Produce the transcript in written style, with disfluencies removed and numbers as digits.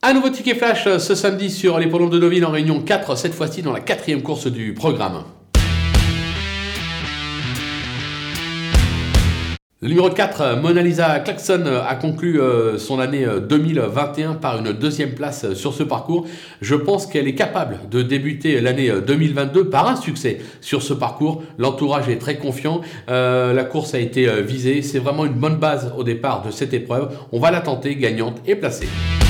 Un nouveau ticket flash ce samedi sur l'hippodrome de Deauville en Réunion 4, cette fois-ci dans la 4e course du programme. Le numéro 4, Mona Lisa Clarkson, a conclu son année 2021 par une 2e place sur ce parcours. Je pense qu'elle est capable de débuter l'année 2022 par un succès sur ce parcours. L'entourage est très confiant. La course a été visée. C'est vraiment une bonne base au départ de cette épreuve. On va la tenter gagnante et placée.